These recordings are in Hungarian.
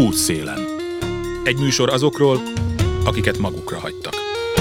Útszélen. Egy műsor azokról, akiket magukra hagytak.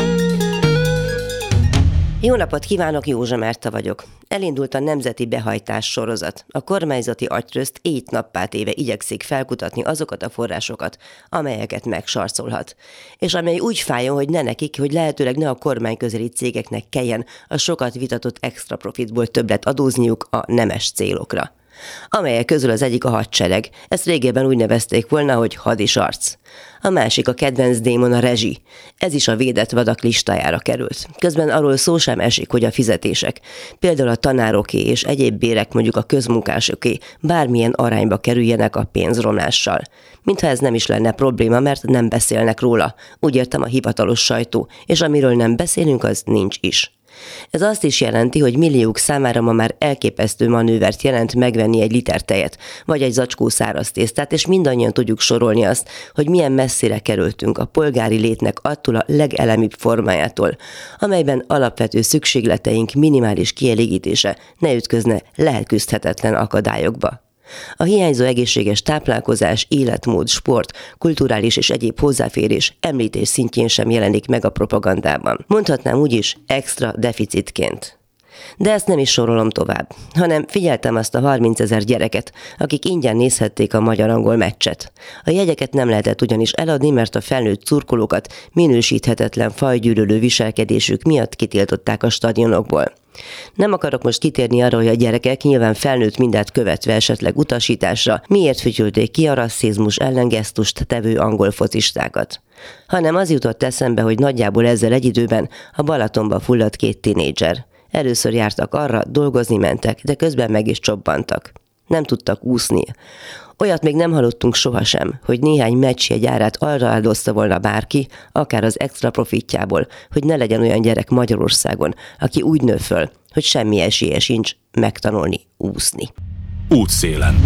Jó napot kívánok, Józsa Márta vagyok. Elindult a Nemzeti Behajtás sorozat. A kormányzati agytröszt éjt-nappá téve igyekszik felkutatni azokat a forrásokat, amelyeket megsarcolhat. És amely úgy fájjon, hogy ne nekik, hogy lehetőleg ne a kormányközeli cégeknek kelljen a sokat vitatott extra profitból többlet adózniuk a nemes célokra. Amelyek közül az egyik a hadsereg. Ezt régebben úgy nevezték volna, hogy hadisarc. A másik a kedvenc démon, a rezsi. Ez is a védett vadak listájára került. Közben arról szó sem esik, hogy a fizetések, például a tanároké és egyéb bérek, mondjuk a közmunkásoké, bármilyen arányba kerüljenek a pénzromlással. Mintha ez nem is lenne probléma, mert nem beszélnek róla. Úgy értem, a hivatalos sajtó, és amiről nem beszélünk, az nincs is. Ez azt is jelenti, hogy milliók számára ma már elképesztő manővert jelent megvenni egy liter tejet, vagy egy zacskó száraz tésztát, és mindannyian tudjuk sorolni azt, hogy milyen messzire kerültünk a polgári létnek attól a legelemibb formájától, amelyben alapvető szükségleteink minimális kielégítése ne ütközne leküzdhetetlen akadályokba. A hiányzó egészséges táplálkozás, életmód, sport, kulturális és egyéb hozzáférés említés szintjén sem jelenik meg a propagandában. Mondhatnám úgy is extra deficitként. De ezt nem is sorolom tovább, hanem figyeltem azt a 30 000 gyereket, akik ingyen nézhették a magyar-angol meccset. A jegyeket nem lehetett ugyanis eladni, mert a felnőtt szurkolókat minősíthetetlen fajgyűlölő viselkedésük miatt kitiltották a stadionokból. Nem akarok most kitérni arra, hogy a gyerekek nyilván felnőtt mindent követve esetleg utasításra miért fütyülték ki a rasszizmus ellengesztust tevő angol focistákat. Hanem az jutott eszembe, hogy nagyjából ezzel egy időben a Balatonba fulladt 2 tinédzser. Először jártak arra, dolgozni mentek, de közben meg is csobbantak. Nem tudtak úszni. Olyat még nem hallottunk sohasem, hogy néhány meccsjegy árát arra áldozta volna bárki, akár az extra profitjából, hogy ne legyen olyan gyerek Magyarországon, aki úgy nő föl, hogy semmi esélye sincs megtanulni úszni. Útszélen.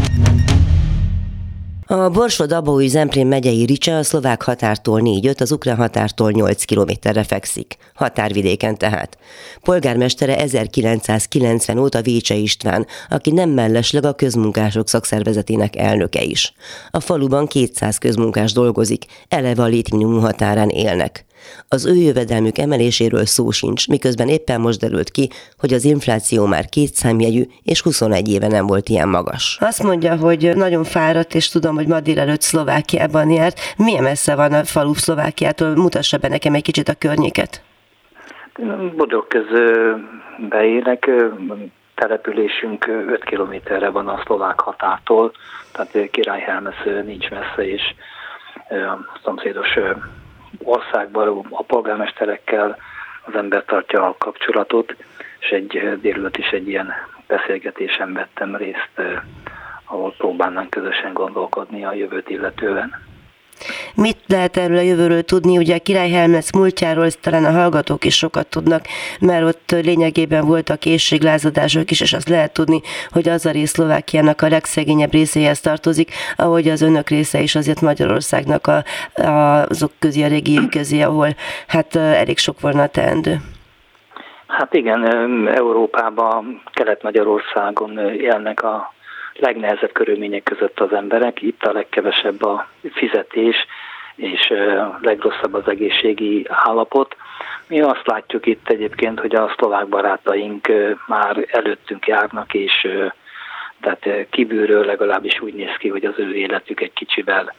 A Borsod-Abaúj-Zemplén megyei Ricse a szlovák határtól 4-5, az ukrán határtól 8 kilométerre fekszik. Határvidéken tehát. Polgármestere 1990 óta Vécsey István, aki nem mellesleg a közmunkások szakszervezetének elnöke is. A faluban 200 közmunkás dolgozik, eleve a létminimum határán élnek. Az ő jövedelmük emeléséről szó sincs, miközben éppen most derült ki, hogy az infláció már 2 számjegyű, és 21 éve nem volt ilyen magas. Azt mondja, hogy nagyon fáradt, és tudom, hogy ma délelőtt Szlovákiában járt. Milyen messze van a falu Szlovákiától? Mutassa be nekem egy kicsit a környéket. Bodrog közben élek, településünk 5 kilométerre van a szlovák határtól, tehát Királyhelmesz nincs messze, és a szomszédos országban a polgármesterekkel az ember tartja a kapcsolatot, és délelőtt is egy ilyen beszélgetésen vettem részt, ahol próbálnánk közösen gondolkodni a jövőt illetően. Mit lehet erről a jövőről tudni? Ugye a Királyhelmesz múltjáról talán a hallgatók is sokat tudnak, mert ott lényegében voltak éhséglázadások is, és azt lehet tudni, hogy az a rész Szlovákiának a legszegényebb részéhez tartozik, ahogy az önök része is azért Magyarországnak azok közé, a régiói közé, ahol hát elég sok volna a teendő. Hát igen, Európában, Kelet-Magyarországon élnek a legnehezebb körülmények között az emberek, itt a legkevesebb a fizetés, és legrosszabb az egészségi állapot. Mi azt látjuk itt egyébként, hogy a szlovák barátaink már előttünk járnak, és tehát kívülről legalábbis úgy néz ki, hogy az ő életük egy kicsivel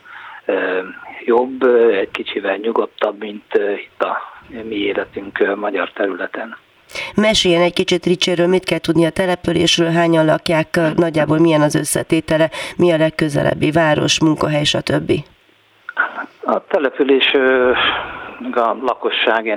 jobb, egy kicsivel nyugodtabb, mint itt a mi életünk magyar területen. Meséljen egy kicsit Ricséről, mit kell tudni a településről, hányan lakják, nagyjából milyen az összetétele, mi a legközelebbi város, munkahely, stb. A település a lakosság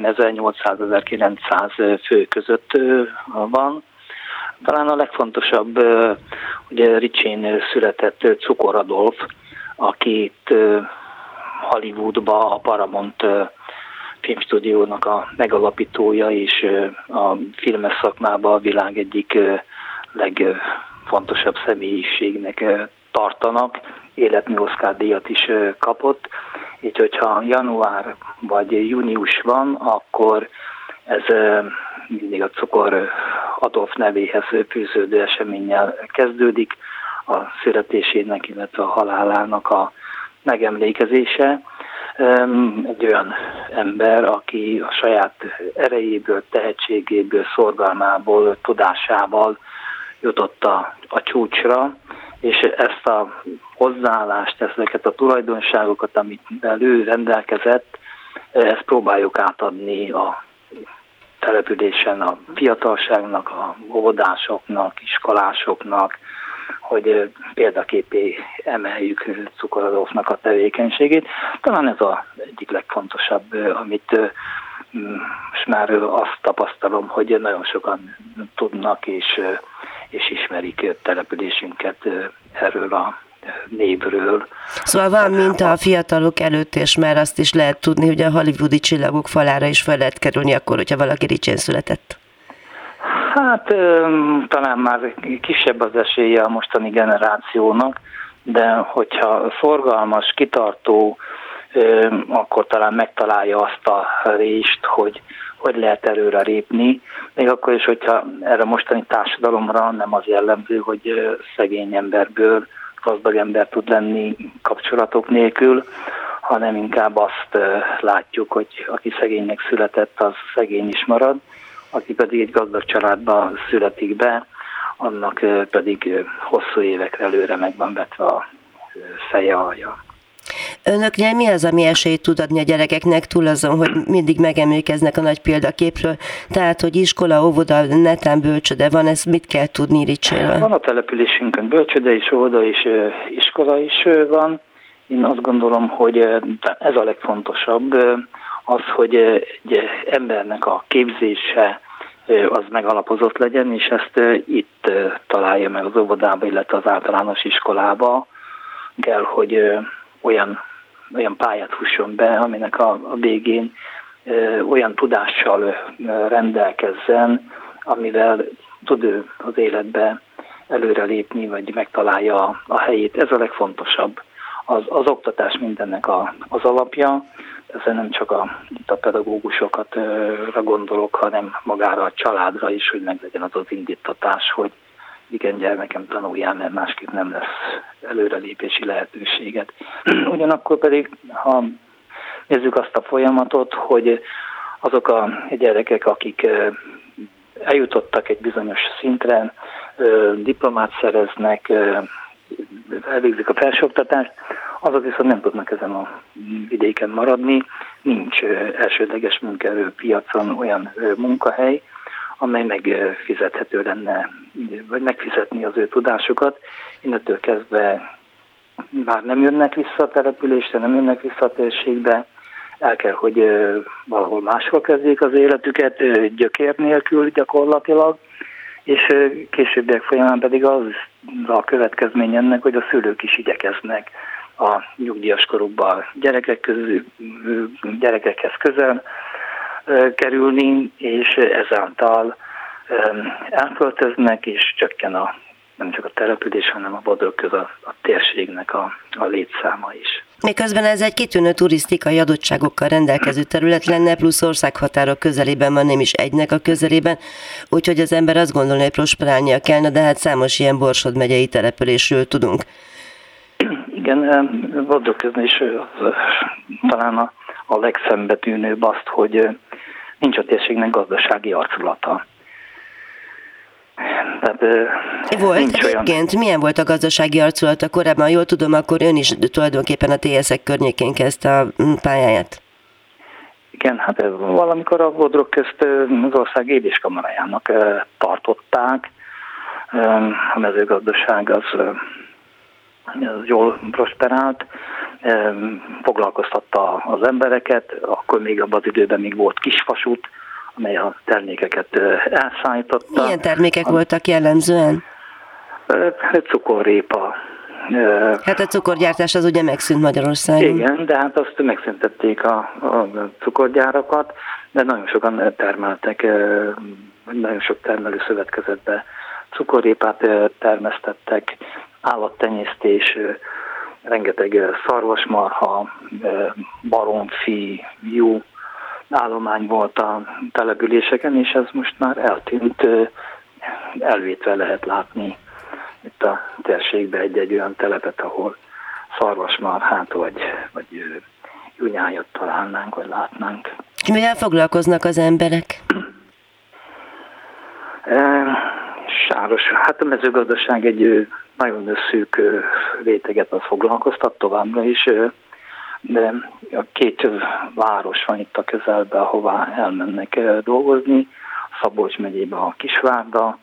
1800-1900 fő között van. Talán a legfontosabb, ugye Ricsén született Cukor Adolf, aki itt Hollywoodba a Paramount filmstúdiónak a megalapítója, és a filmes szakmában a világ egyik legfontosabb személyiségnek tartanak. Életmű Oscar-díjat is kapott. Így, hogyha január vagy június van, akkor ez mindig a Cukor Adolf nevéhez fűződő eseménnyel kezdődik, a születésének, illetve a halálának a megemlékezése. Egy olyan ember, aki a saját erejéből, tehetségéből, szorgalmából, tudásával jutott a csúcsra, és ezt a hozzáállást, ezeket a tulajdonságokat, amit ő rendelkezett, ezt próbáljuk átadni a településen a fiatalságnak, a óvodásoknak, iskolásoknak, hogy példaképé emeljük Cukor Adolfnak a tevékenységét. Talán ez az egyik legfontosabb, amit most már azt tapasztalom, hogy nagyon sokan tudnak és ismerik településünket erről a névről. Szóval van minta a fiatalok előtt, és már azt is lehet tudni, hogy a hollywoodi csillagok falára is fel lehet kerülni akkor, hogyha valaki Ricsén született. Hát talán már kisebb az esélye a mostani generációnak, de hogyha szorgalmas, kitartó, akkor talán megtalálja azt a rést, hogy lehet előre lépni, még akkor is, hogyha erre mostani társadalomra nem az jellemző, hogy szegény emberből gazdag ember tud lenni kapcsolatok nélkül, hanem inkább azt látjuk, hogy aki szegénynek született, az szegény is marad, aki pedig egy gazdag családba születik be, annak pedig hosszú évekre előre meg van vetve a feje alja. Önöknél mi az, ami esélyt tud adni a gyerekeknek túl azon, hogy mindig megemlékeznek a nagy példaképről? Tehát, hogy iskola, óvoda, netán bölcsöde van, ezt mit kell tudni Ricséről? Van a településünkön bölcsöde is, óvoda is, iskola is van. Én azt gondolom, hogy ez a legfontosabb, az, hogy egy embernek a képzése az megalapozott legyen, és ezt itt találja meg az óvodába, illetve az általános iskolába. Kell, hogy olyan pályát fusson be, aminek a végén olyan tudással rendelkezzen, amivel tud ő az életbe előrelépni, vagy megtalálja a helyét. Ez a legfontosabb. Az oktatás mindennek az alapja. Ezzel nem csak a pedagógusokra gondolok, hanem magára a családra is, hogy meglegyen az indítatás, hogy igen, gyermekem, tanuljál, mert másképp nem lesz előrelépési lehetőséget. Ugyanakkor pedig, ha nézzük azt a folyamatot, hogy azok a gyerekek, akik eljutottak egy bizonyos szintre, diplomát szereznek, elvégzik a felsőoktatást, azok viszont nem tudnak ezen a vidéken maradni. Nincs elsődleges munkaerőpiacon olyan munkahely, amely megfizethető lenne, vagy megfizetni az ő tudásukat. Innentől kezdve már nem jönnek vissza a településre, nem jönnek vissza a térségbe, el kell, hogy valahol máshol kezdjék az életüket, gyökér nélkül gyakorlatilag, és későbbiek folyamán pedig az a következmény ennek, hogy a szülők is igyekeznek a nyugdíjas korukban gyerekekhez közel kerülni, és ezáltal elköltöznek, és csökken nem csak a település, hanem a Bodrog köz a térségnek a létszáma is. Miközben ez egy kitűnő turisztikai adottságokkal rendelkező terület lenne, plusz országhatárok közelében van, nem is egynek a közelében, úgyhogy az ember azt gondolja, hogy prosperálnia kellene, de hát számos ilyen Borsod megyei településről tudunk. Igen, Bodrog közben is talán a legszembetűnőbb azt, hogy nincs a térségnek gazdasági arculata. Volt egyébként? Olyan... Milyen volt a gazdasági arculata korábban? Jól tudom, akkor ön is tulajdonképpen a TSZ-ek környékén kezdte a pályáját. Igen, hát valamikor a Bodrog közt az ország édéskamarájának tartották. A mezőgazdaság az jól prosperált, foglalkoztatta az embereket, akkor még abban az időben még volt kisvasút, amely a termékeket elszállította. Milyen termékek voltak jellemzően? Cukorrépa. Hát a cukorgyártás az ugye megszűnt Magyarországon. Igen, de hát azt megszüntették a cukorgyárakat, de nagyon sokan termeltek, nagyon sok termelő szövetkezetbe cukorrépát termesztettek, állattenyésztés, rengeteg szarvasmarha, baromfi, juh állomány volt a településeken, és ez most már eltűnt, elvétve lehet látni itt a térségben egy olyan telepet, ahol szarvasmarhát, vagy junyájat találnánk, vagy látnánk. Mivel foglalkoznak az emberek? Sáros. Hát a mezőgazdaság egy nagyon szűk réteget az foglalkoztat továbbra is, de a 2 város van itt a közelben, ahová elmennek dolgozni, Szabolcs megyébe a Kisvárda,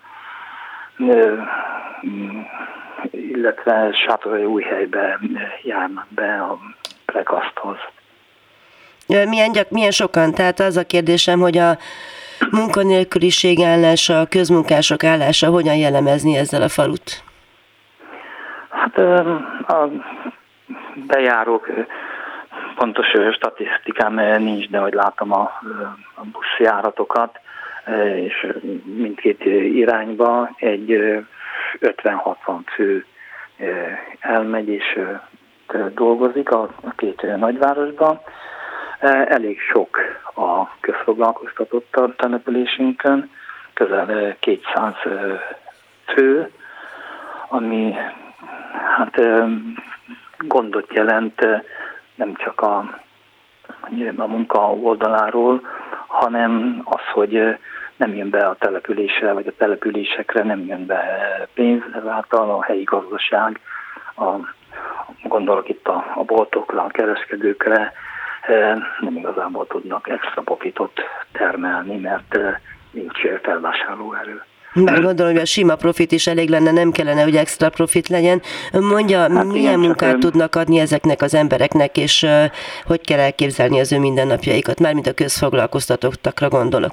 illetve Sátoraljaújhelybe járnak be a Prekaszthoz. Milyen sokan? Tehát az a kérdésem, hogy a munkanélküliség állása, a közmunkások állása hogyan jellemezni ezzel a falut? Hát a bejárók, pontos statisztikám nincs, de hogy látom a buszjáratokat, és mindkét irányba egy 50-60 fő elmegy és dolgozik a 2 nagyvárosban. Elég sok a közfoglalkoztatott a településünkön, közel 200 fő, ami hát gondot jelent nem csak a munka oldaláról, hanem az, hogy nem jön be a településre, vagy a településekre nem jön be pénz, ezáltal a helyi gazdaság, gondolok itt a boltokra, a kereskedőkre, nem igazából tudnak extra profitot termelni, mert nincs felvásárlóerő. Már gondolom, hogy a sima profit is elég lenne, nem kellene, hogy extra profit legyen. Mondja, hát milyen munkát tudnak adni ezeknek az embereknek, és hogy kell elképzelni az ő mindennapjaikat? Mármint a közfoglalkoztatottakra gondolok.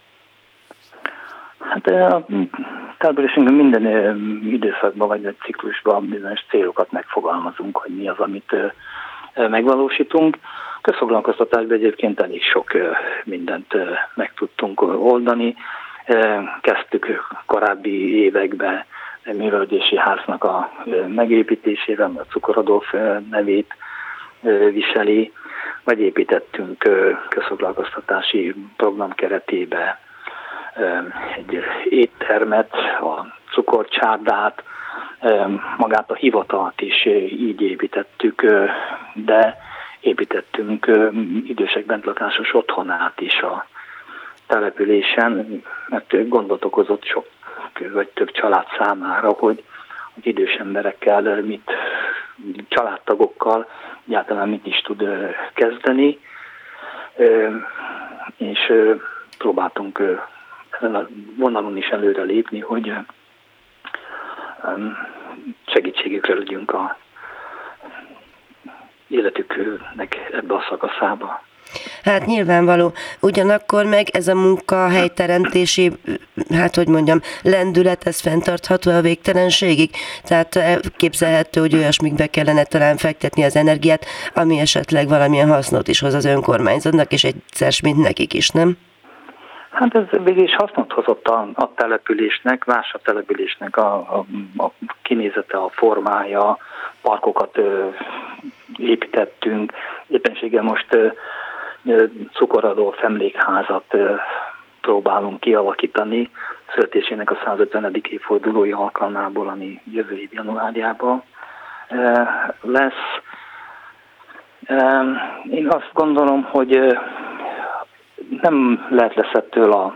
Hát a településünkben minden időszakban vagy egy ciklusban bizonyos célokat megfogalmazunk, hogy mi az, amit megvalósítunk. Közfoglalkoztatásban egyébként elég sok mindent meg tudtunk oldani. Kezdtük korábbi években művelődési háznak a megépítésével, a Cukor-Adolf nevét viseli, vagy építettünk közfoglalkoztatási program keretébe egy éttermet, a cukorcsárdát, magát a hivatalt is így építettük, de építettünk idősek bentlakásos otthonát is a településen, mert gondot okozott sok vagy több család számára, hogy idős emberekkel, családtagokkal egyáltalán mit is tud kezdeni, és próbáltunk ezen a vonalon is előre lépni, hogy segítségükre legyünk a életüknek ebbe a szakaszába. Hát nyilvánvaló. Ugyanakkor meg ez a munkahelyteremtési, lendület, ez fenntartható a végtelenségig. Tehát elképzelhető, hogy olyasmikbe kellene talán fektetni az energiát, ami esetleg valamilyen hasznot is hoz az önkormányzatnak, és egyszer mint nekik is, nem? Hát ez végül is hasznot hozott a településnek, más a településnek a kinézete, a formája, parkokat építettünk. Éppenséggel most Cukor-Adolf emlékházat próbálunk kialakítani születésének a 150. évfordulója alkalmából, ami jövő év januárjában lesz. Én azt gondolom, hogy nem lehet lesz ettől a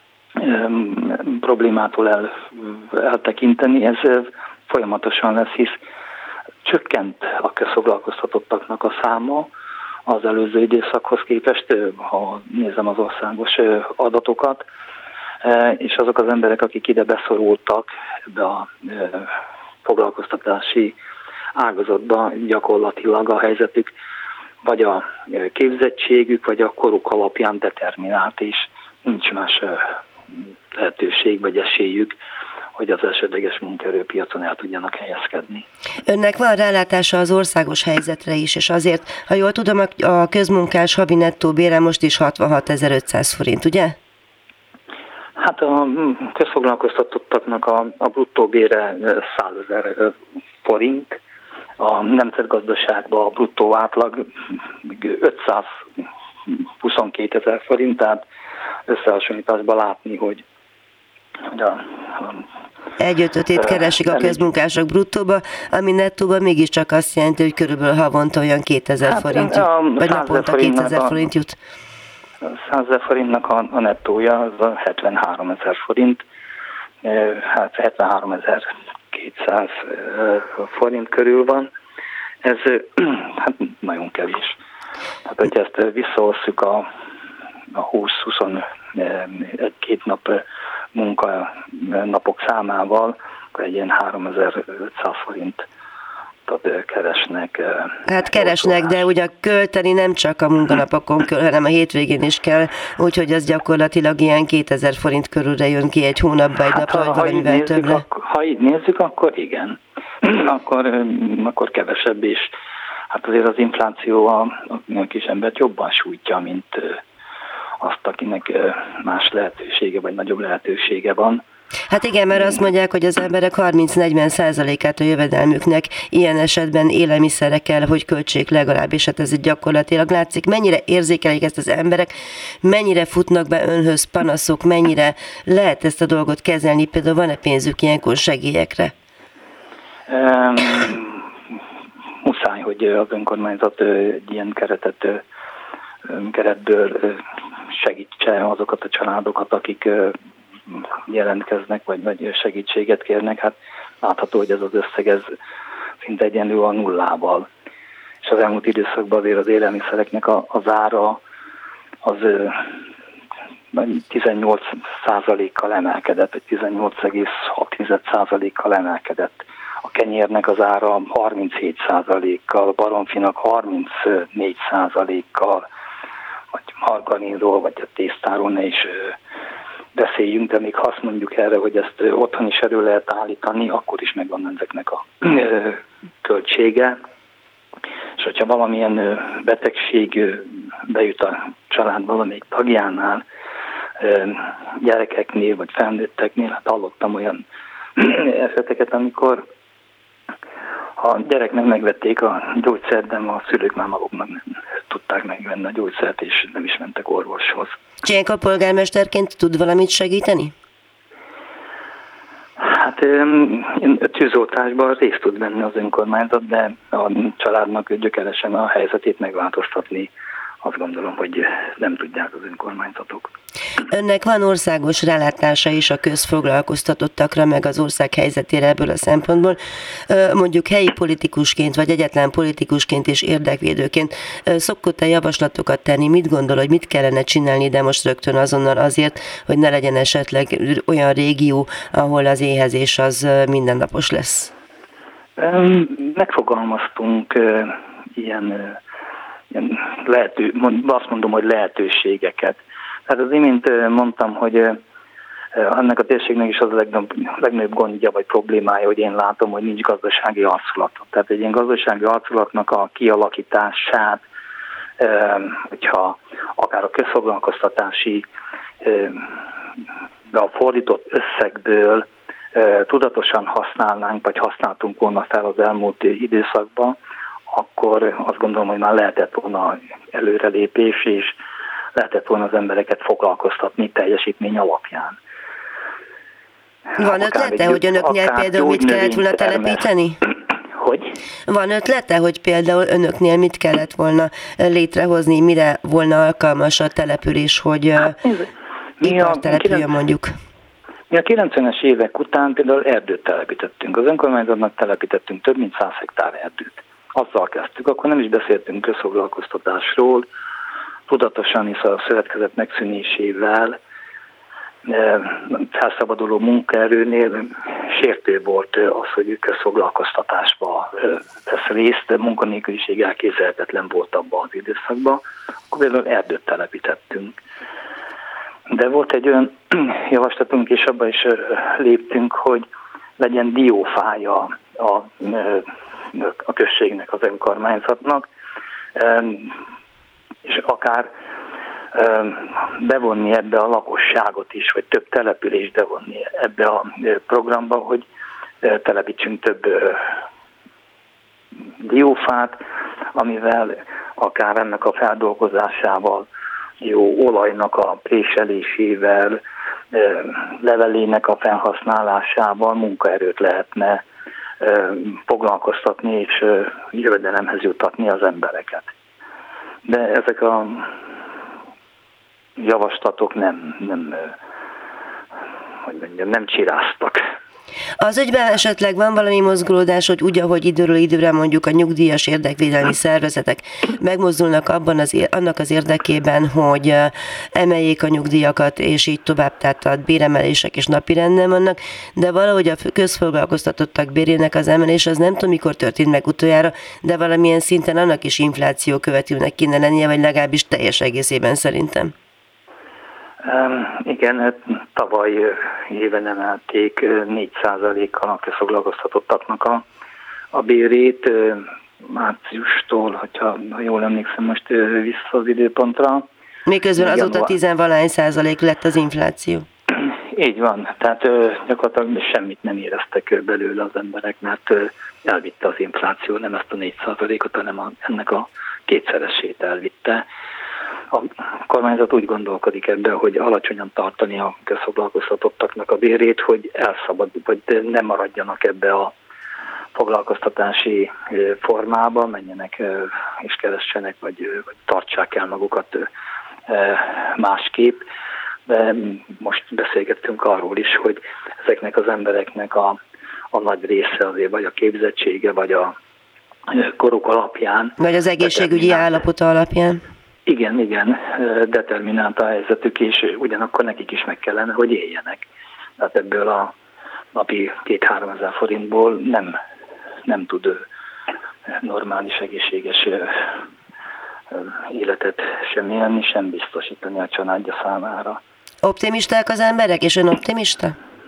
problémától eltekinteni, ez folyamatosan lesz, hisz csökkent a közfoglalkoztatottaknak a száma az előző időszakhoz képest, ha nézem az országos adatokat, és azok az emberek, akik ide beszorultak ebbe a foglalkoztatási ágazatba, gyakorlatilag a helyzetük vagy a képzettségük, vagy a koruk alapján determinált, és nincs más lehetőség vagy esélyük, hogy az elsődleges munkaerőpiacon el tudjanak helyezkedni. Önnek van rálátása az országos helyzetre is, és azért, ha jól tudom, a közmunkás havi nettó bére most is 66.500 forint, ugye? Hát a közfoglalkoztatottaknak a bruttó bére 100.000 forint, a nemzetgazdaságban a bruttó átlag 522.000 forint, tehát összehasonlításban látni, hogy a 1/5-ét keresik a közmunkások bruttóba, ami nettóban mégiscsak azt jelenti, hogy körülbelül havonta olyan 2000 forint jut, vagy naponta 2000 forint jut. 100 000 forintnak a nettója az a 73 000 forint, hát 73.200 forint körül van. Ez hát nagyon kevés. Tehát, hogy ezt visszahosszuk a 20-21 nap munkanapok számával, akkor egy ilyen 3500 forintot keresnek. Hát keresnek, de ugye költeni nem csak a munkanapokon kell, hanem a hétvégén is kell, úgyhogy az gyakorlatilag ilyen 2000 forint körülre jön ki egy hónapba, egy napra, vagy valamivel többre. Ha így nézzük, akkor igen. akkor kevesebb is. Hát azért az infláció a kis embert jobban sújtja, mint azt, akinek más lehetősége, vagy nagyobb lehetősége van. Hát igen, mert azt mondják, hogy az emberek 30-40%-át a jövedelmüknek ilyen esetben élelmiszerre kell, hogy költsék legalábbis, hát ez gyakorlatilag látszik. Mennyire érzékelik ezt az emberek, mennyire futnak be önhöz panaszok, mennyire lehet ezt a dolgot kezelni, például van-e pénzük ilyenkor segélyekre? Muszáj, hogy az önkormányzat egy ilyen keretből segítse azokat a családokat, akik jelentkeznek, vagy segítséget kérnek. Hát látható, hogy ez az összeg ez szinte egyenlő a nullával. És az elmúlt időszakban azért az élelmiszereknek az ára az 18%-kal emelkedett, vagy 18,6%-kal emelkedett. A kenyérnek az ára 37%-kal, a baromfinak 34%-kal, vagy margarinról, vagy a tésztáról ne is beszéljünk, de még ha azt mondjuk erre, hogy ezt otthon is elő lehet állítani, akkor is megvan ezeknek a költsége. És hogyha valamilyen betegség bejut a család valamelyik tagjánál, gyerekeknél vagy felnőtteknél, hát hallottam olyan eseteket, amikor a gyereknek megvették a gyógyszert, de a szülők már maguknak nem tudták megvenni a gyógyszert, és nem is mentek orvoshoz. Ilyenkor polgármesterként tud valamit segíteni? Hát tűzoltásban részt tud venni az önkormányzat, de a családnak gyökeresen a helyzetét megváltoztatni, azt gondolom, hogy nem tudják az önkormányzatok. Önnek van országos rálátása is a közfoglalkoztatottakra, meg az ország helyzetére ebből a szempontból. Mondjuk helyi politikusként, vagy egyetlen politikusként és érdekvédőként szokott-e javaslatokat tenni? Mit gondol, hogy mit kellene csinálni, de most rögtön azonnal azért, hogy ne legyen esetleg olyan régió, ahol az éhezés az mindennapos lesz? Megfogalmaztunk ilyen azt mondom, hogy lehetőségeket. Tehát az imént mondtam, hogy ennek a térségnek is az a legnagyobb gondja vagy problémája, hogy én látom, hogy nincs gazdasági arculata. Tehát egy ilyen gazdasági arculatnak a kialakítását, hogyha akár a közfoglalkoztatási de a fordított összegből tudatosan használnánk, vagy használtunk volna fel az elmúlt időszakban, akkor azt gondolom, hogy már lehetett volna előrelépés, és lehetett volna az embereket foglalkoztatni teljesítmény alapján. Van ötlete, hogy önöknél például mit kellett volna telepíteni? Hogy? Van ötlete, hogy például önöknél mit kellett volna létrehozni, mire volna alkalmas a település, hogy ipar települjön mondjuk? Mi a 90-es évek után például erdőt telepítettünk. Az önkormányzatnak telepítettünk több mint 100 hektár erdőt. Azzal kezdtük, akkor nem is beszéltünk közfoglalkoztatásról, tudatosan is a szövetkezet megszűnésével, felszabaduló munkaerőnél sértő volt az, hogy közfoglalkoztatásba vesz részt, de munkanélküliség elképzelhetetlen volt abban az időszakban, akkor például erdőt telepítettünk. De volt egy olyan javaslatunk, és abban is léptünk, hogy legyen diófája a községnek, az önkormányzatnak, és akár bevonni ebbe a lakosságot is, vagy több települést bevonni ebbe a programba, hogy telepítsünk több diófát, amivel akár ennek a feldolgozásával, jó olajnak a préselésével, levelének a felhasználásával munkaerőt lehetne foglalkoztatni és jövedelemhez jutatni az embereket. De ezek a javaslatok nem csiráztak. Az ügyben esetleg van valami mozgolódás, hogy úgy, ahogy időről időre mondjuk a nyugdíjas érdekvédelmi szervezetek megmozdulnak annak az érdekében, hogy emeljék a nyugdíjakat, és így tovább, tehát a béremelések és napirenden vannak, de valahogy a közfoglalkoztatottak bérének az emelés, az nem tudom, mikor történt meg utoljára, de valamilyen szinten annak is infláció követőnek kéne lennie, vagy legalábbis teljes egészében szerintem. Igen, tavaly éven emelték 4%-kal a közfoglalkoztatottaknak a bérét, márciustól, hogyha jól emlékszem most vissza az időpontra. Miközben azóta 10% lett az infláció. Így van, tehát gyakorlatilag semmit nem éreztek belőle az emberek, mert elvitte az infláció, nem ezt a 4%-ot, hanem ennek a kétszeresét elvitte. A kormányzat úgy gondolkodik ebben, hogy alacsonyan tartani a közfoglalkoztatottaknak a bérét, hogy vagy ne maradjanak ebbe a foglalkoztatási formába, menjenek és keressenek, vagy tartsák el magukat másképp. De most beszélgettünk arról is, hogy ezeknek az embereknek a nagy része azért vagy a képzettsége, vagy a koruk alapján. Vagy az egészségügyi állapota alapján. Igen, determinált a helyzetük, és ugyanakkor nekik is meg kellene, hogy éljenek. Tehát ebből a napi 2-3 ezer forintból nem tud normális, egészséges életet sem élni, sem biztosítani a családja számára. Optimisták az emberek, és ön optimista?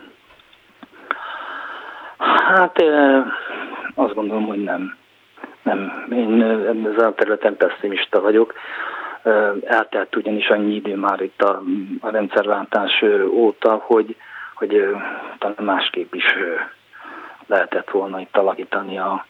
Hát azt gondolom, hogy nem. Én ezen a területen pessimista vagyok. Eltelt ugyanis annyi idő már itt a rendszerváltás óta, hogy talán másképp is lehetett volna itt alakítani a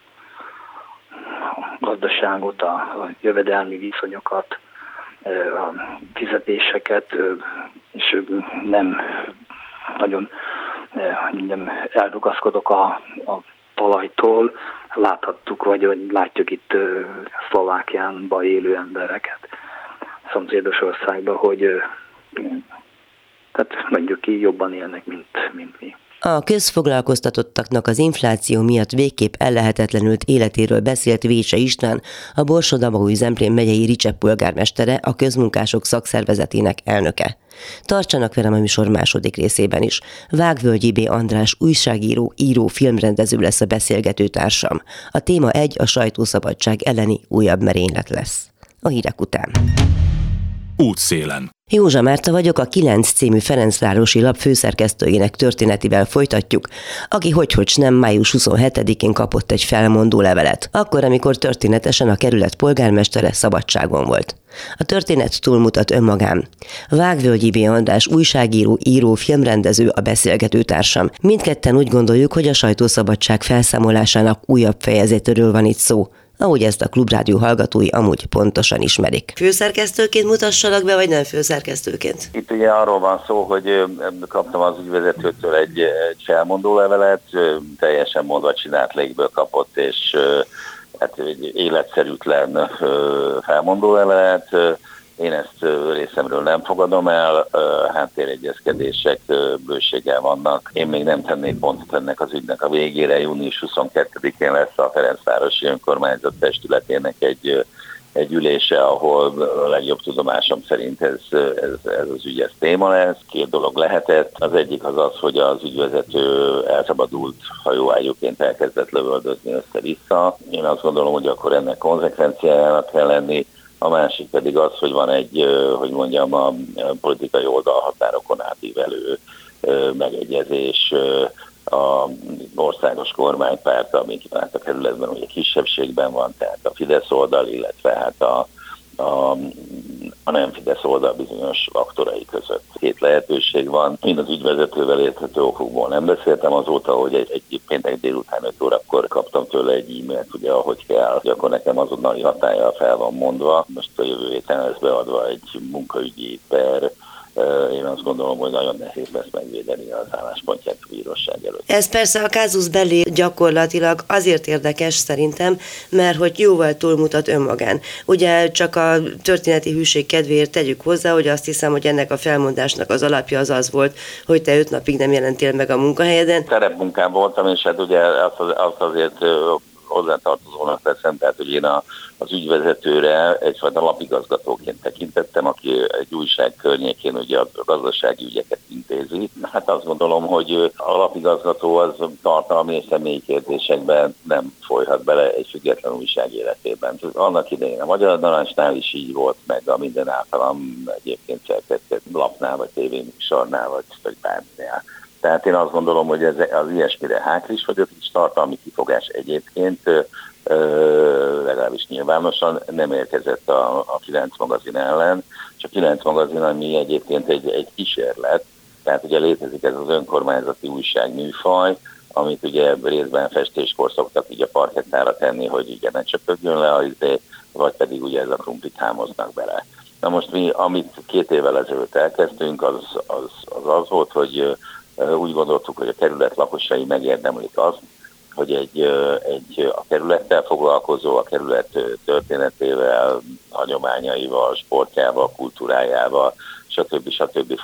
gazdaságot, a jövedelmi viszonyokat, a fizetéseket, és nem nagyon eldugaszkodok a talajtól. Láthattuk, vagy látjuk itt Szlovákiánban élő embereket, szomszédos országban, hogy tehát mondjuk ki jobban élnek, mint mi. A közfoglalkoztatottaknak az infláció miatt végképp ellehetetlenült életéről beszélt Vécse István, a Borsod-Abaúj-Zemplén megyei Ricse polgármestere, a közmunkások szakszervezetének elnöke. Tartsanak velem a műsor második részében is. Vágvölgyi B. András újságíró, író, filmrendező lesz a beszélgető társam. A téma a sajtószabadság elleni újabb merénylet lesz. A hírek után. Útszélen. Józsa Márta vagyok, a 9 című Ferencvárosi Lap főszerkesztőjének történetivel folytatjuk, aki hogyhogy nem május 27-én kapott egy felmondó levelet, akkor, amikor történetesen a kerület polgármestere szabadságon volt. A történet túlmutat önmagán. Vágvölgyi B. András újságíró, író, filmrendező a beszélgető társam. Mindketten úgy gondoljuk, hogy a sajtószabadság felszámolásának újabb fejezetéről van itt szó, ahogy ezt a Klubrádió hallgatói amúgy pontosan ismerik. Főszerkesztőként mutassanak be, vagy nem főszerkesztőként? Itt ugye arról van szó, hogy kaptam az ügyvezetőtől egy felmondó levelet, teljesen mondva csinált légből kapott, és hát egy életszerűtlen felmondó levelet. Én ezt részemről nem fogadom el, háttéregyezkedések bőséggel vannak. Én még nem tennék pontot ennek az ügynek a végére. Június 22-én lesz a Ferencvárosi Önkormányzat testületének egy ülése, ahol a legjobb tudomásom szerint ez az ügy, ez téma lesz. 2 dolog lehetett. Az egyik az, hogy az ügyvezető elszabadult hajóágyúként elkezdett lövöldözni össze-vissza. Én azt gondolom, hogy akkor ennek konzekvenciájának kell lenni. A másik pedig az, hogy van egy, hogy mondjam, a politikai oldalhatárokon átívelő megegyezés a országos kormánypárt, amik hát a kerületben ugye kisebbségben van, tehát a Fidesz oldal, illetve hát a nem Fidesz oldal bizonyos aktorai között. 2 lehetőség van. Én az ügyvezetővel érthető okokból nem beszéltem azóta, hogy egy péntek délután 5 órakor kaptam tőle egy e-mailt, ugye ahogy kell, hogy akkor nekem azonnali hatállyal fel van mondva. Most a jövő héten lesz beadva egy munkaügyi per én azt gondolom, hogy nagyon nehéz lesz megvédeni az álláspontját a bíróság előtt. Ez persze a casus belli gyakorlatilag azért érdekes szerintem, mert hogy jóval túlmutat önmagán. Ugye csak a történeti hűség kedvéért tegyük hozzá, hogy azt hiszem, hogy ennek a felmondásnak az alapja az volt, hogy te 5 napig nem jelentél meg a munkahelyeden. Szerepmunkán voltam, és hát ugye azt azért hozzátartozónak teszem, tehát hogy én az ügyvezetőre egyfajta lapigazgatóként tekintettem, aki egy újság környékén ugye a gazdasági ügyeket intézi. Hát azt gondolom, hogy a lapigazgató az tartalmi és személyi kérdésekben nem folyhat bele egy független újság életében. Annak idején a Magyar Narancsnál is így volt, meg a minden általam egyébként szerkesztett lapnál, vagy tévéműsornál, vagy bárminél. Tehát én azt gondolom, hogy ez az ilyesmire háklis vagyok, és tartalmi kifogás egyébként legalábbis nyilvánosan nem érkezett a 9 magazin ellen, és a 9 magazin, ami egyébként egy kísérlet, tehát ugye létezik ez az önkormányzati újságműfaj, amit ugye részben festéskor szoktak ugye a parkettára tenni, hogy ugye ne csöpögjön le a izé, vagy pedig ugye ez a krumplit hámoznak bele. Na most mi, amit 2 évvel ezelőtt elkezdtünk, az volt, hogy úgy gondoltuk, hogy a kerület lakosai megérdemlik azt, hogy a kerülettel foglalkozó, a kerület történetével, hagyományaival, sportjával, kultúrájával, stb.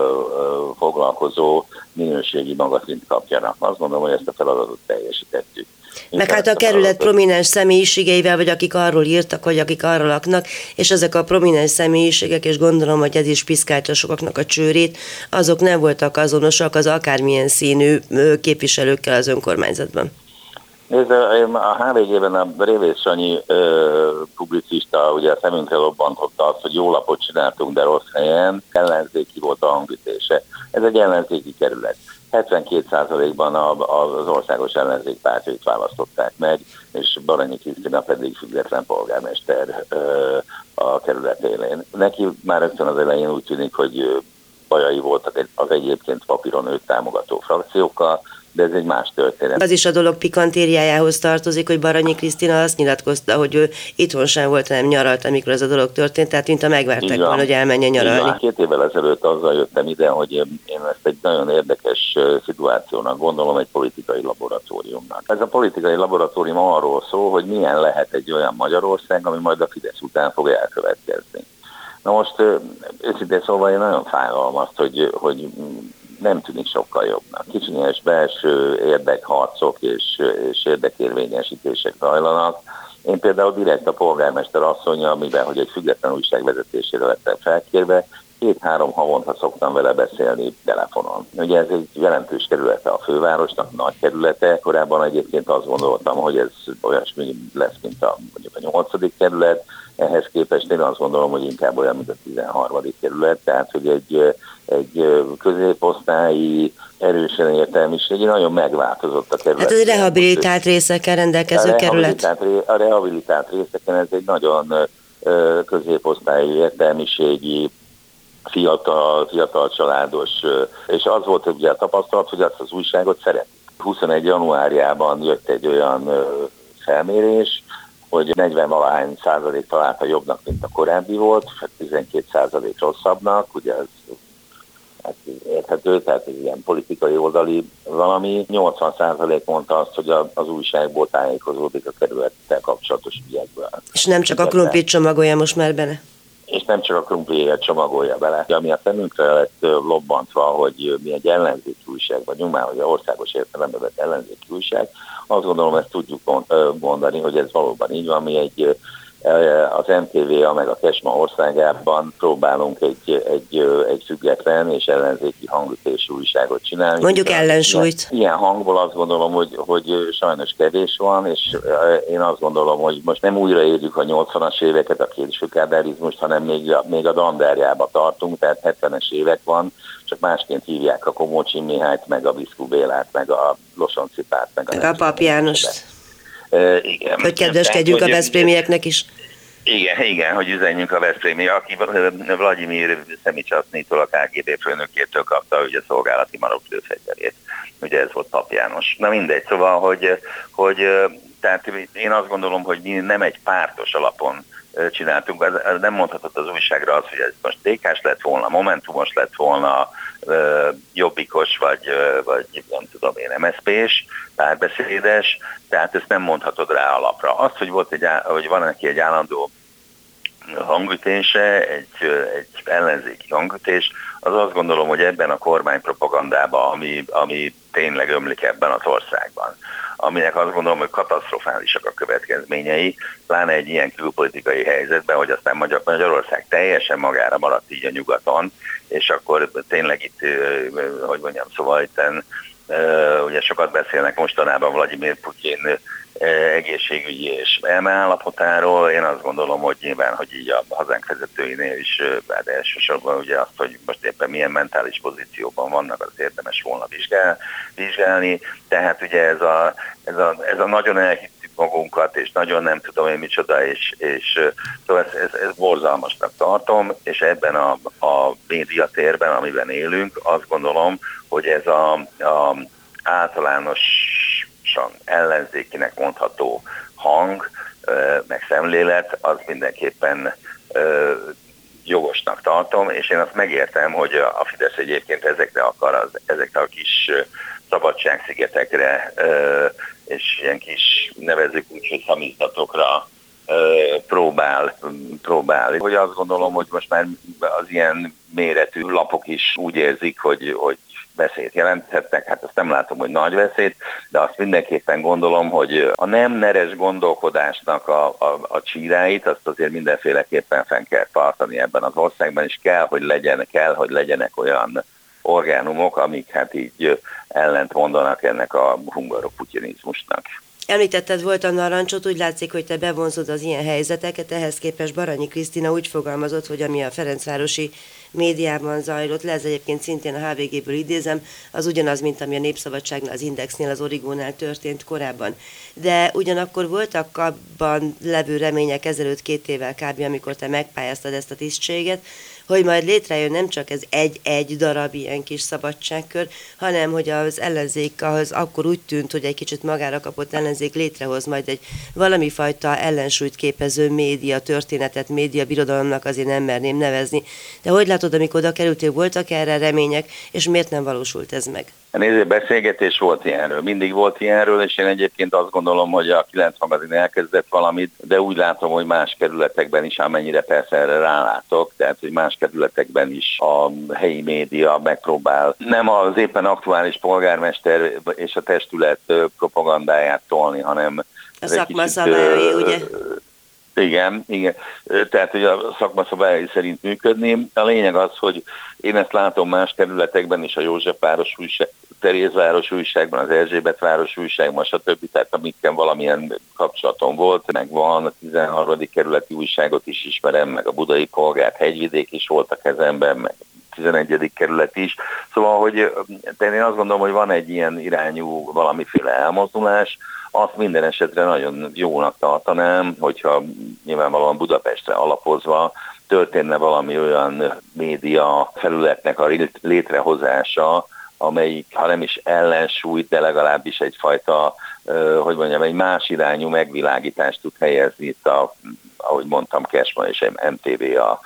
Foglalkozó minőségi magazint kapjanak. Azt gondolom, hogy ezt a feladatot teljesítettük. Meg hát a kerület prominens személyiségeivel, vagy akik arról írtak, vagy akik arról laknak, és ezek a prominens személyiségek, és gondolom, hogy ez is piszkálta sokaknak a csőrét, azok nem voltak azonosak az akármilyen színű képviselőkkel az önkormányzatban. Nézd, a HVG-ben a Révész Sanyi publicista ugye a szemünkre lobbantotta azt, hogy jó lapot csináltunk, de rossz helyen, ellenzéki volt a hangütése. Ez egy ellenzéki kerület. 72%-ban az országos ellenzék pártjait választották meg, és Baranyi Krisztina pedig független polgármester a kerület élén. Neki már rögtön az elején úgy tűnik, hogy bajai voltak az egyébként papíron őt támogató frakciókkal, de ez egy más történet. Az is a dolog pikantériájához tartozik, hogy Baranyi Krisztina azt nyilatkozta, hogy ő itthon sem volt, nem nyaralt, amikor ez a dolog történt, tehát mint a megvárták volna, hogy elmenjen nyaralni. 2 évvel ezelőtt azzal jöttem ide, hogy én ezt egy nagyon érdekes szituációnak gondolom, egy politikai laboratóriumnak. Ez a politikai laboratórium arról szól, hogy milyen lehet egy olyan Magyarország, ami majd a Fidesz után fog elkövetkezni. Na most őszintén szóval én nagyon fájlalom azt, hogy nem tűnik sokkal jobbnak. Kicsinyes belső érdekharcok és érdekérvényesítések zajlanak. Én például direkt a polgármester asszonnyal, mivel hogy egy független újság vezetésére lettem felkérve, 2-3 havonta szoktam vele beszélni telefonon. Ugye ez egy jelentős kerülete a fővárosnak, nagy kerülete. Korábban egyébként azt gondoltam, hogy ez olyasmi lesz, mint mondjuk a 8. kerület. Ehhez képest én azt gondolom, hogy inkább olyan, mint a 13. kerület. Tehát, hogy egy középosztályi, erősen értelmiségi, nagyon megváltozott a kerület. Hát ez rehabilitált részekkel rendelkező kerület. A rehabilitált részeken ez egy nagyon középosztályi értelmiségi, fiatal családos, és az volt ugye a tapasztalat, hogy azt az újságot szeretik. 21. januárjában jött egy olyan felmérés, hogy 40-valahány% találta jobbnak, mint a korábbi volt, 12% rosszabbnak, ugye ez érthető, tehát ez ilyen politikai oldali valami. 80% mondta azt, hogy az újságból tájékozódik a kerülettel kapcsolatos ügyekből. És nem csak a krumplit csomagolja most már bele. És nem csak a krumpliéget csomagolja bele. Ami a szemünkre lett lobbantva, hogy mi egy ellenzéki újság vagyunk, már hogy országos értelemben vett ellenzéki újság, azt gondolom, ezt tudjuk mondani, hogy ez valóban így van. Mi az MTV-a meg a Kesma országában próbálunk egy független és ellenzéki hangütésű újságot csinálni. Mondjuk ellensúlyt. Ilyen hangból azt gondolom, hogy sajnos kevés van, és én azt gondolom, hogy most nem újraéljük a 80-as éveket, a későkádárizmust, hanem még a dandárjába tartunk, tehát 70-es évek van, csak másként hívják a Komócsi Mihályt, meg a Viszkú Bélát, meg a Losonci Párt, meg a Pap Jánost. Igen. Hogy kedveskedjünk a veszprémieknek is. Igen, hogy üzenjünk a veszprémi, aki Vladimir Szemicsassznyitól, a KGB főnökétől kapta ugye szolgálati maroklőfegyverét. Ugye ez volt Pap János. Na mindegy, szóval, hogy Tehát én azt gondolom, hogy mi nem egy pártos alapon csináltunk. Ez nem mondhatott az újságra az, hogy ez most DK-s lett volna, Momentumos lett volna, Jobbikos, vagy nem tudom én, MSZP-s, párbeszédes, tehát ezt nem mondhatod rá alapra. Az, hogy van neki egy állandó hangütése, egy ellenzéki hangütés, az azt gondolom, hogy ebben a kormánypropagandában, ami tényleg ömlik ebben az országban, aminek azt gondolom, hogy katasztrofálisak a következményei, pláne egy ilyen külpolitikai helyzetben, hogy aztán Magyarország teljesen magára maradt így a nyugaton, és akkor tényleg itt, hogy mondjam, szóval itten, ugye sokat beszélnek mostanában Vladimir Putyin egészségügyi és elmeállapotáról. Én azt gondolom, hogy nyilván, hogy így a hazánk vezetőinél is, hát elsősorban ugye azt, hogy most éppen milyen mentális pozícióban vannak, az érdemes volna vizsgálni. Tehát ugye ez a nagyon elhittük magunkat, és nagyon nem tudom én micsoda, és szóval ez borzalmasnak tartom, és ebben a médiatérben, amiben élünk, azt gondolom, hogy ez a általános ellenzékinek mondható hang, meg szemlélet, az mindenképpen jogosnak tartom, és én azt megértem, hogy a Fidesz egyébként ezekre a kis szabadságszigetekre és ilyen kis, nevezzük úgy, hogy szamizdatokra próbál. Hogy azt gondolom, hogy most már az ilyen méretű lapok is úgy érzik, hogy veszélyt jelenthetnek, hát azt nem látom, hogy nagy veszélyt, de azt mindenképpen gondolom, hogy a nem neres gondolkodásnak a csíráit, azt azért mindenféleképpen fenn kell tartani ebben az országban, és kell, hogy legyenek olyan orgánumok, amik hát így ellent mondanak ennek a hungaroputinizmusnak. Említetted volt a narancsot, úgy látszik, hogy te bevonzod az ilyen helyzeteket, ehhez képest Baranyi Krisztina úgy fogalmazott, hogy ami a ferencvárosi médiában zajlott le, ez egyébként szintén a HVG-ből idézem, az ugyanaz, mint ami a Népszabadságnál, az Indexnél, az Origónál történt korábban. De ugyanakkor voltak abban levő remények ezelőtt 2 évvel kb., amikor te megpályáztad ezt a tisztséget, hogy majd létrejön nem csak ez egy darab ilyen kis szabadságkör, hanem hogy az ellenzék, ahhoz akkor úgy tűnt, hogy egy kicsit magára kapott ellenzék létrehoz majd egy valami fajta ellensúlyt képező média történetet, média birodalomnak azért nem merném nevezni. De hogy látod, amikor oda kerültél, voltak erre remények, és miért nem valósult ez meg? Nézd, beszélgetés volt ilyenről, mindig volt ilyenről, és én egyébként azt gondolom, hogy a 9 magazin elkezdett valamit, de úgy látom, hogy más kerületekben is, amennyire persze erre rálátok, tehát hogy más kerületekben is a helyi média megpróbál nem az éppen aktuális polgármester és a testület propagandáját tolni, hanem a szakma szabályai, ugye? Igen. Tehát, hogy a szakma szabályai szerint működni. A lényeg az, hogy én ezt látom más kerületekben is, a Józsefváros újság, Terézváros újságban, az Erzsébetváros újságban, stb. Tehát amikkel valamilyen kapcsolatom volt, meg van, a 13. kerületi újságot is ismerem, meg a Budai Polgárt, Hegyvidék is volt a kezemben, meg 11. kerület is. Szóval, hogy én azt gondolom, hogy van egy ilyen irányú valamiféle elmozdulás, azt minden esetre nagyon jónak tartanám, hogyha nyilvánvalóan Budapestre alapozva történne valami olyan média felületnek a létrehozása, amelyik, ha nem is ellensúlyt, de legalábbis egyfajta, egy más irányú megvilágítást tud helyezni itt ahogy mondtam, Kesma és MTV a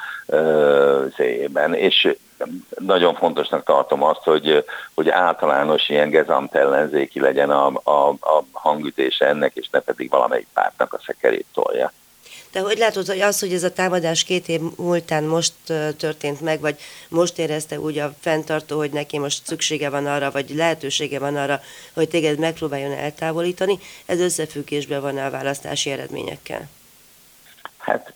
széjében. És nagyon fontosnak tartom azt, hogy általános ilyen gezamt ellenzéki legyen a hangütése ennek, és ne pedig valamelyik pártnak a szekerét tolja. De hogy látod, hogy az, hogy ez a támadás 2 év múltán most történt meg, vagy most érezte úgy a fenntartó, hogy neki most szüksége van arra, vagy lehetősége van arra, hogy téged megpróbáljon eltávolítani, ez összefüggésben van a választási eredményekkel? Hát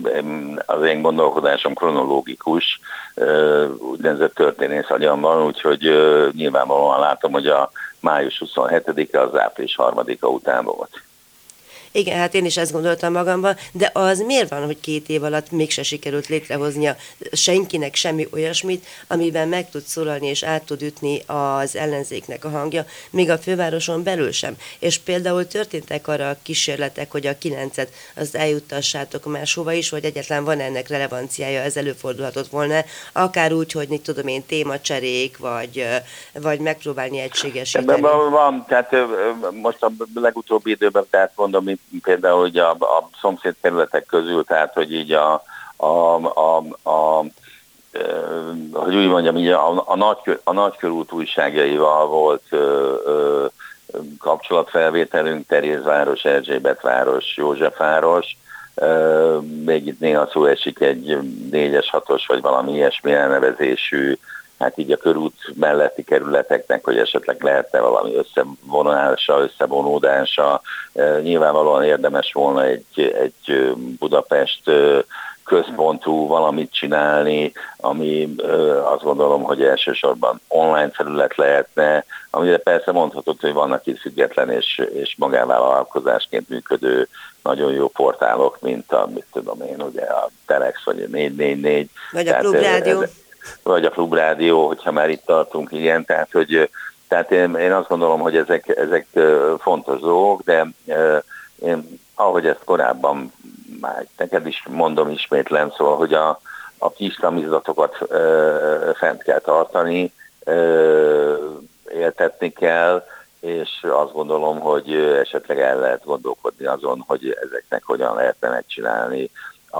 az én gondolkodásom kronológikus, úgynevezett történész agyam van, úgyhogy nyilvánvalóan látom, hogy a május 27-e az április 3-a után volt. Igen, hát én is ezt gondoltam magamban, de az miért van, hogy 2 év alatt mégse sikerült létrehoznia senkinek semmi olyasmit, amiben meg tud szólalni és át tud ütni az ellenzéknek a hangja, még a fővároson belül sem. És például történtek arra a kísérletek, hogy a 9-et azt eljuttassátok máshova is, vagy egyáltalán van ennek relevanciája, ez előfordulhatott volna, akár úgy, hogy mit tudom én, témacserék, vagy megpróbálni egységesíteni. Van, tehát most a legutóbbi időben, tehát mondom, mint például hogy a szomszéd területek közül, tehát hogy így hogy úgy mondjam, így a nagykörút újságjaival volt kapcsolatfelvételünk, Terézváros, Erzsébetváros, Józsefváros, még itt néha szó esik egy 4-es, 6-os vagy valami ilyesmi elnevezésű, hát így a körút melletti kerületeknek, hogy esetleg lehetne valami összevonulása, összevonódása. Nyilvánvalóan érdemes volna egy Budapest központú valamit csinálni, ami azt gondolom, hogy elsősorban online felület lehetne, amire persze mondhatod, hogy vannak itt független és magánvállalkozásként működő nagyon jó portálok, mint mit tudom én, ugye a Telex vagy a 444. Vagy a Klubrádió. Vagy a Klubrádió, hogyha már itt tartunk, igen, tehát én azt gondolom, hogy ezek fontos dolgok, de én, ahogy ezt korábban már neked is mondom ismétlen, szóval, hogy a kis szamizdatokat fent kell tartani, éltetni kell, és azt gondolom, hogy esetleg el lehet gondolkodni azon, hogy ezeknek hogyan lehetne megcsinálni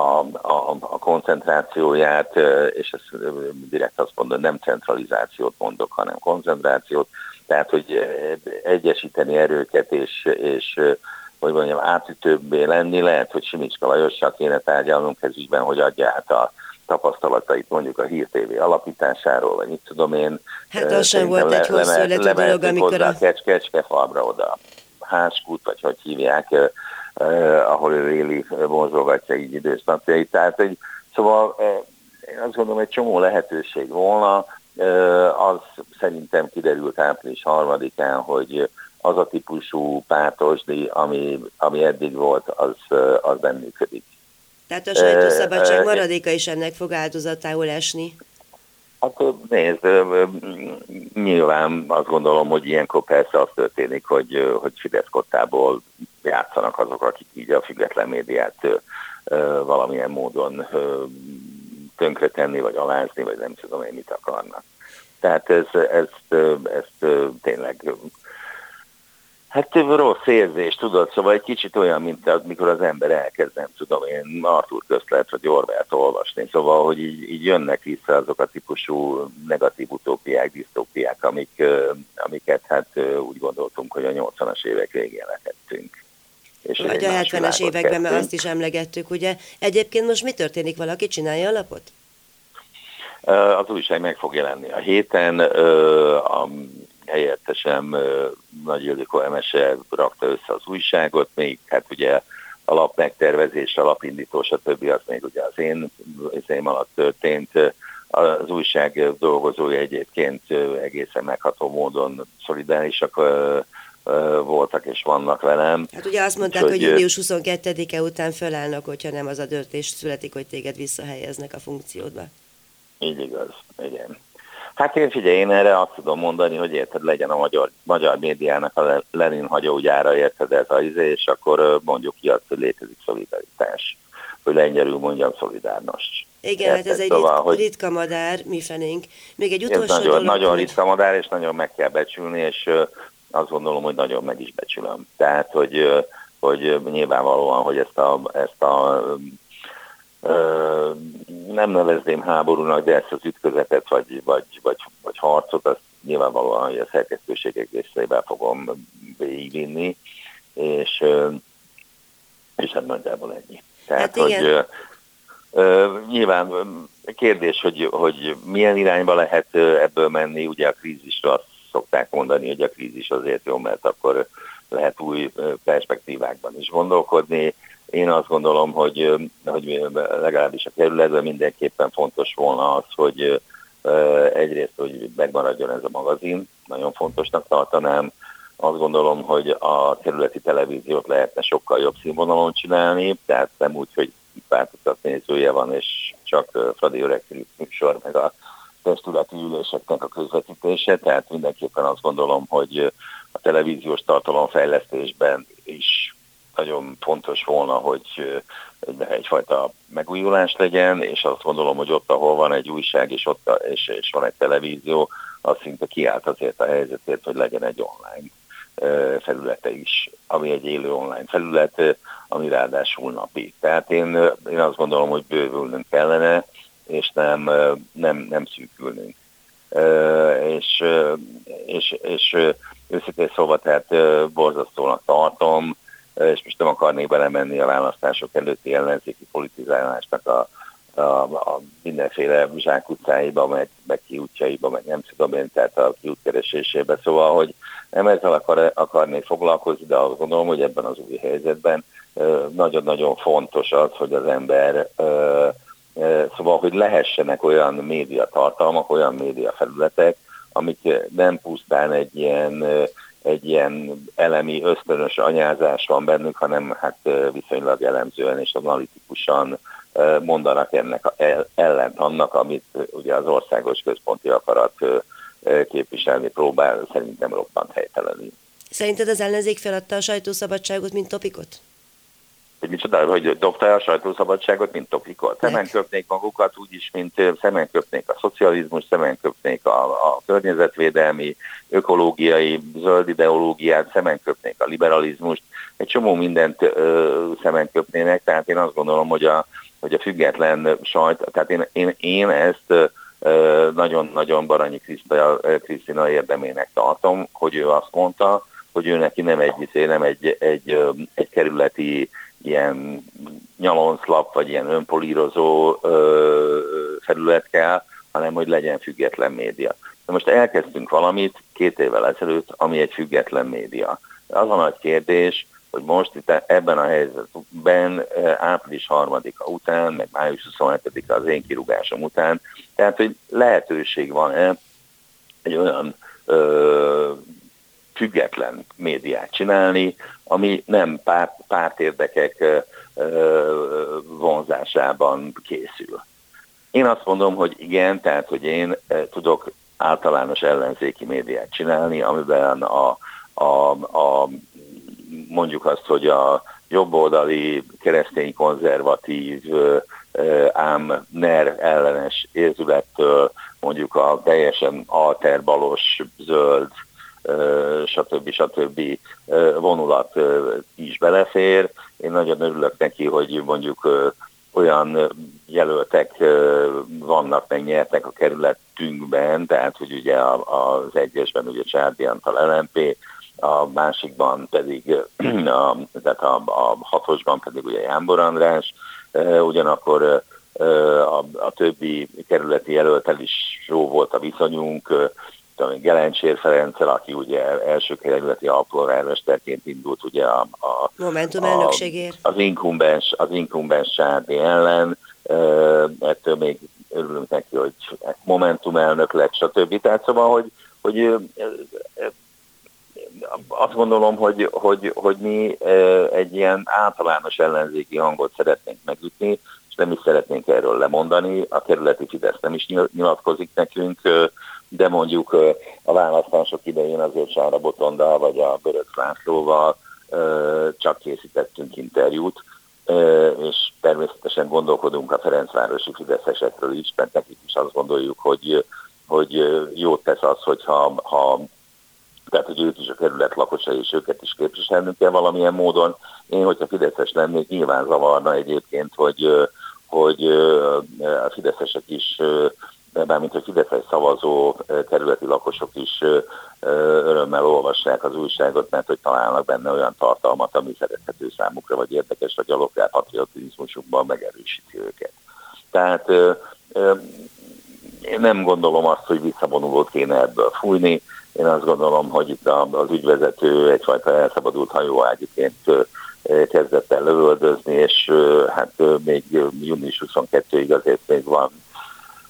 a koncentrációját, és ezt direkt azt mondom, nem centralizációt mondok, hanem koncentrációt, tehát, hogy egyesíteni erőket, és hogy mondjam, átütőbbé lenni, lehet, hogy Simicska Lajossal kéne tárgyalnunk ez ügyben, hogy adja át a tapasztalatait mondjuk a Hír TV alapításáról, vagy mit tudom én. Hát az sem volt egy hosszú életű dolog, amikor a Kecskefalvra oda Háskút, vagy hogy hívják, ahol ő éli, vonzolgatja így idősznapjait. Tehát, szóval én azt gondolom, egy csomó lehetőség volna, az szerintem kiderült április 3-án, hogy az a típusú pártosdi, ami eddig volt, az nem működik. Tehát a sajtószabadság maradéka is ennek fog áldozatául esni. Hát nézd, nyilván azt gondolom, hogy ilyenkor persze az történik, hogy Fidesz kottából játszanak azok, akik így a független médiát valamilyen módon tönkretenni, vagy alázni, vagy nem tudom én mit akarnak. Tehát ez tényleg hát rossz érzés, tudod, szóval egy kicsit olyan, mint amikor az ember elkezd, nem tudom én, Arthur Koestlert vagy Orwellt olvasni, szóval, hogy így jönnek vissza azok a típusú negatív utópiák, disztópiák, amiket hát úgy gondoltunk, hogy a 80-as évek végén lehettünk. Vagy a 70-es években, mert azt is emlegettük, ugye. Egyébként most mi történik? Valaki csinálja a lapot? Az újság meg fog jelenni a héten, a helyettesem Nagy Ildikó Emese rakta össze az újságot, még hát ugye a lap megtervezés, a lapindító, stb. Az még ugye az én alatt történt. Az újság dolgozói egyébként egészen megható módon szolidárisak voltak és vannak velem. Hát ugye azt mondták, hogy június 22-e után fölállnak, hogyha nem az a döntés születik, hogy téged visszahelyeznek a funkciódba. Így igaz, igen. Hát én erre azt tudom mondani, hogy érted, legyen a magyar médiának a Lenin hagyógyára, érted ez a és akkor mondjuk ki azt, hogy létezik szolidaritás. Hogy lengyelül mondjam, szolidárnos. Igen, hát ez egy ritka madár, mi fenénk. Még egy utolsó dolog. Nagyon ritka madár, és nagyon meg kell becsülni, és azt gondolom, hogy nagyon meg is becsülöm. Tehát, hogy nyilvánvalóan, hogy ezt a nem nevezném háborúnak, de ezt az ütközetet vagy harcot, azt nyilvánvalóan, hogy a szerkesztőség egészében fogom végigvinni, és hát nagyjából ennyi. Tehát, hát igen. Hogy nyilván kérdés, hogy milyen irányba lehet ebből menni, ugye a krízisra azt szokták mondani, hogy a krízis azért jó, mert akkor lehet új perspektívákban is gondolkodni. Én azt gondolom, hogy legalábbis a kerületben mindenképpen fontos volna az, hogy egyrészt, hogy megmaradjon ez a magazin, nagyon fontosnak tartanám, Azt gondolom, hogy a kerületi televíziót lehetne sokkal jobb színvonalon csinálni, tehát nem úgy, hogy pártukat nézője van, és csak Fradi Öreg Filip műsor, meg a testületi üléseknek a közvetítése, tehát mindenképpen azt gondolom, hogy a televíziós tartalomfejlesztésben is nagyon fontos volna, hogy egyfajta megújulás legyen, és azt gondolom, hogy ott, ahol van egy újság, és van egy televízió, az szinte kiállt azért a helyzetért, hogy legyen egy online felülete is, ami egy élő online felület, ami ráadásul napi. Tehát én azt gondolom, hogy bővülnünk kellene, és nem szűkülnünk. És őszintén szóval tehát borzasztónak tartom, és most nem akarnék belemenni a választások előtti ellenzéki politizálásnak a mindenféle zsákutcáiba, meg kiútjaiba, meg nem tudom én, tehát a kiútkeresésébe. Szóval, hogy nem ezzel akarnék foglalkozni, de azt gondolom, hogy ebben az új helyzetben nagyon-nagyon fontos az, hogy az ember, szóval, hogy lehessenek olyan médiatartalmak, olyan médiafelületek, amik nem pusztán egy ilyen elemi, ösztönös anyázás van bennük, hanem hát viszonylag elemzően és analitikusan mondanak ennek ellent annak, amit ugye az országos központi akarat képviselni próbál, szerintem roppant helytelenül. Szerinted az ellenzék feladta a sajtószabadságot, mint topikot? Hogy micsoda, hogy dobta a sajtószabadságot, mint topikot. Szemen köpnék magukat úgyis, mint szemen köpnék a szocializmus, szemen köpnék a környezetvédelmi, ökológiai, zöld ideológiát, szemen köpnék a liberalizmust, egy csomó mindent szemen köpnének, tehát én azt gondolom, hogy a független sajt, tehát én ezt nagyon-nagyon Baranyi Krisztina érdemének tartom, hogy ő azt mondta, hogy ő neki nem egy kerületi ilyen nyalonszlap, vagy ilyen önpolírozó felület kell, hanem hogy legyen független média. De most elkezdtünk valamit 2 évvel ezelőtt, ami egy független média. Az a nagy kérdés, hogy most itt ebben a helyzetben április 3-a után, meg május 27-a az én kirúgásom után, tehát hogy lehetőség van-e egy olyan független médiát csinálni, ami nem pártérdekek vonzásában készül. Én azt mondom, hogy igen, tehát hogy én tudok általános ellenzéki médiát csinálni, amiben mondjuk azt, hogy a jobboldali, keresztény konzervatív, ám NER ellenes érzülettől mondjuk a teljesen alterbalos, zöld, stb. Vonulat is belefér. Én nagyon örülök neki, hogy mondjuk olyan jelöltek vannak, megnyertek a kerületünkben, tehát hogy ugye az egyesben ugye Csárdi Antal LMP, a másikban pedig, tehát a 6-osban pedig ugye Jámbor András, ugyanakkor a többi kerületi jelöltel is jó volt a viszonyunk, Gelencsér Ferenccel, aki ugye első kerületi alpolgármesterként indult ugye a Momentum elnökségért. Az inkumbens Csárdi ellen, ettől még örülünk neki, hogy Momentum elnök lett, stb. Tehát szóval, hogy azt gondolom, hogy mi egy ilyen általános ellenzéki hangot szeretnénk megütni, és nem is szeretnénk erről lemondani. A kerületi Fidesz nem is nyilatkozik nekünk, de mondjuk a választások idején azért Sára Botondal vagy a Böröc Lászlóval csak készítettünk interjút, és természetesen gondolkodunk a ferencvárosi fideszesekről is, mert nekik is azt gondoljuk, hogy jót tesz az, hogyha tehát, hogy ők is a kerület lakosai, és őket is képviselnünk kell valamilyen módon. Én, hogyha fideszes lennék, nyilván zavarna egyébként, hogy a fideszesek is, mármint a fideszes szavazó kerületi lakosok is örömmel olvassák az újságot, mert hogy találnak benne olyan tartalmat, ami szerethető számukra, vagy érdekes, vagy alapján patriotizmusukban megerősíti őket. Tehát én nem gondolom azt, hogy visszavonulót kéne ebből fújni. Én azt gondolom, hogy itt az ügyvezető egyfajta elszabadult hajóágyiként kezdett el lövöldözni, és hát még június 22-ig azért még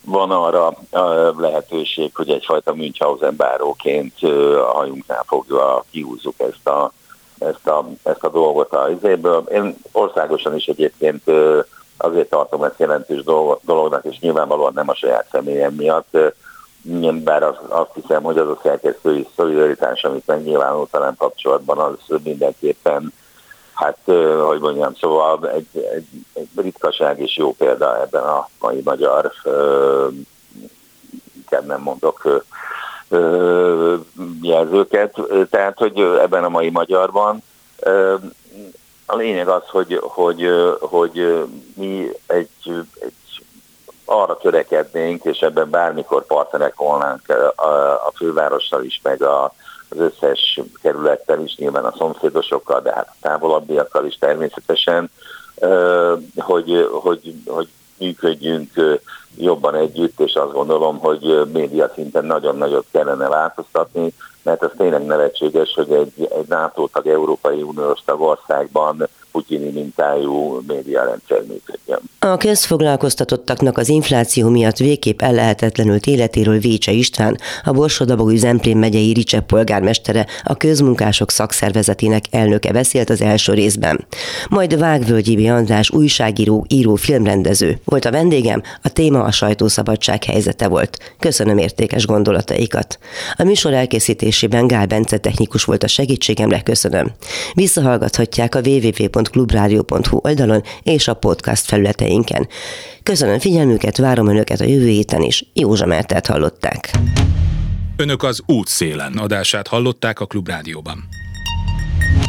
van arra lehetőség, hogy egyfajta Münchhausen báróként a hajunknál fogva kihúzzuk ezt a dolgot a izéből. Én országosan is egyébként azért tartom ezt jelentős dolognak, és nyilvánvalóan nem a saját személyem miatt, bár azt hiszem, hogy az a szerkesztői szolidaritás, amit megnyilvánult velem kapcsolatban, az mindenképpen, hát, hogy mondjam, szóval egy ritkaság és jó példa ebben a mai magyar, nem mondok jelzőket, tehát, hogy ebben a mai magyarban a lényeg az, hogy mi arra törekednénk, és ebben bármikor partnerek volnánk a fővárossal is, meg az összes kerülettel is, nyilván a szomszédosokkal, de hát a távolabbiakkal is természetesen, hogy működjünk jobban együtt, és azt gondolom, hogy média szinten nagyon nagyot kellene változtatni, mert ez tényleg nevetséges, hogy egy NATO tag, Európai Uniós tagországban putyini mintájú médiarendszer működjön. A közfoglalkoztatottaknak az infláció miatt végképp ellehetetlenült életéről Vécse István, a Borsod-Abaúj-Zemplén megyei Ricse polgármestere, a közmunkások szakszervezetének elnöke beszélt az első részben. Majd Vágvölgyi András újságíró, filmrendező volt a vendégem, a téma a sajtószabadság helyzete volt. Köszönöm értékes gondolataikat. A műsor elkészítésében Gál Bence technikus volt a segítségemre, köszönöm. Visszahallgathatják a www.clubradio.hu oldalon és a podcast felületeinken. Köszönöm figyelmüket, várom Önöket a jövő héten is. Józsa Mertelt hallották. Önök az Útszélen adását hallották a Klubrádióban.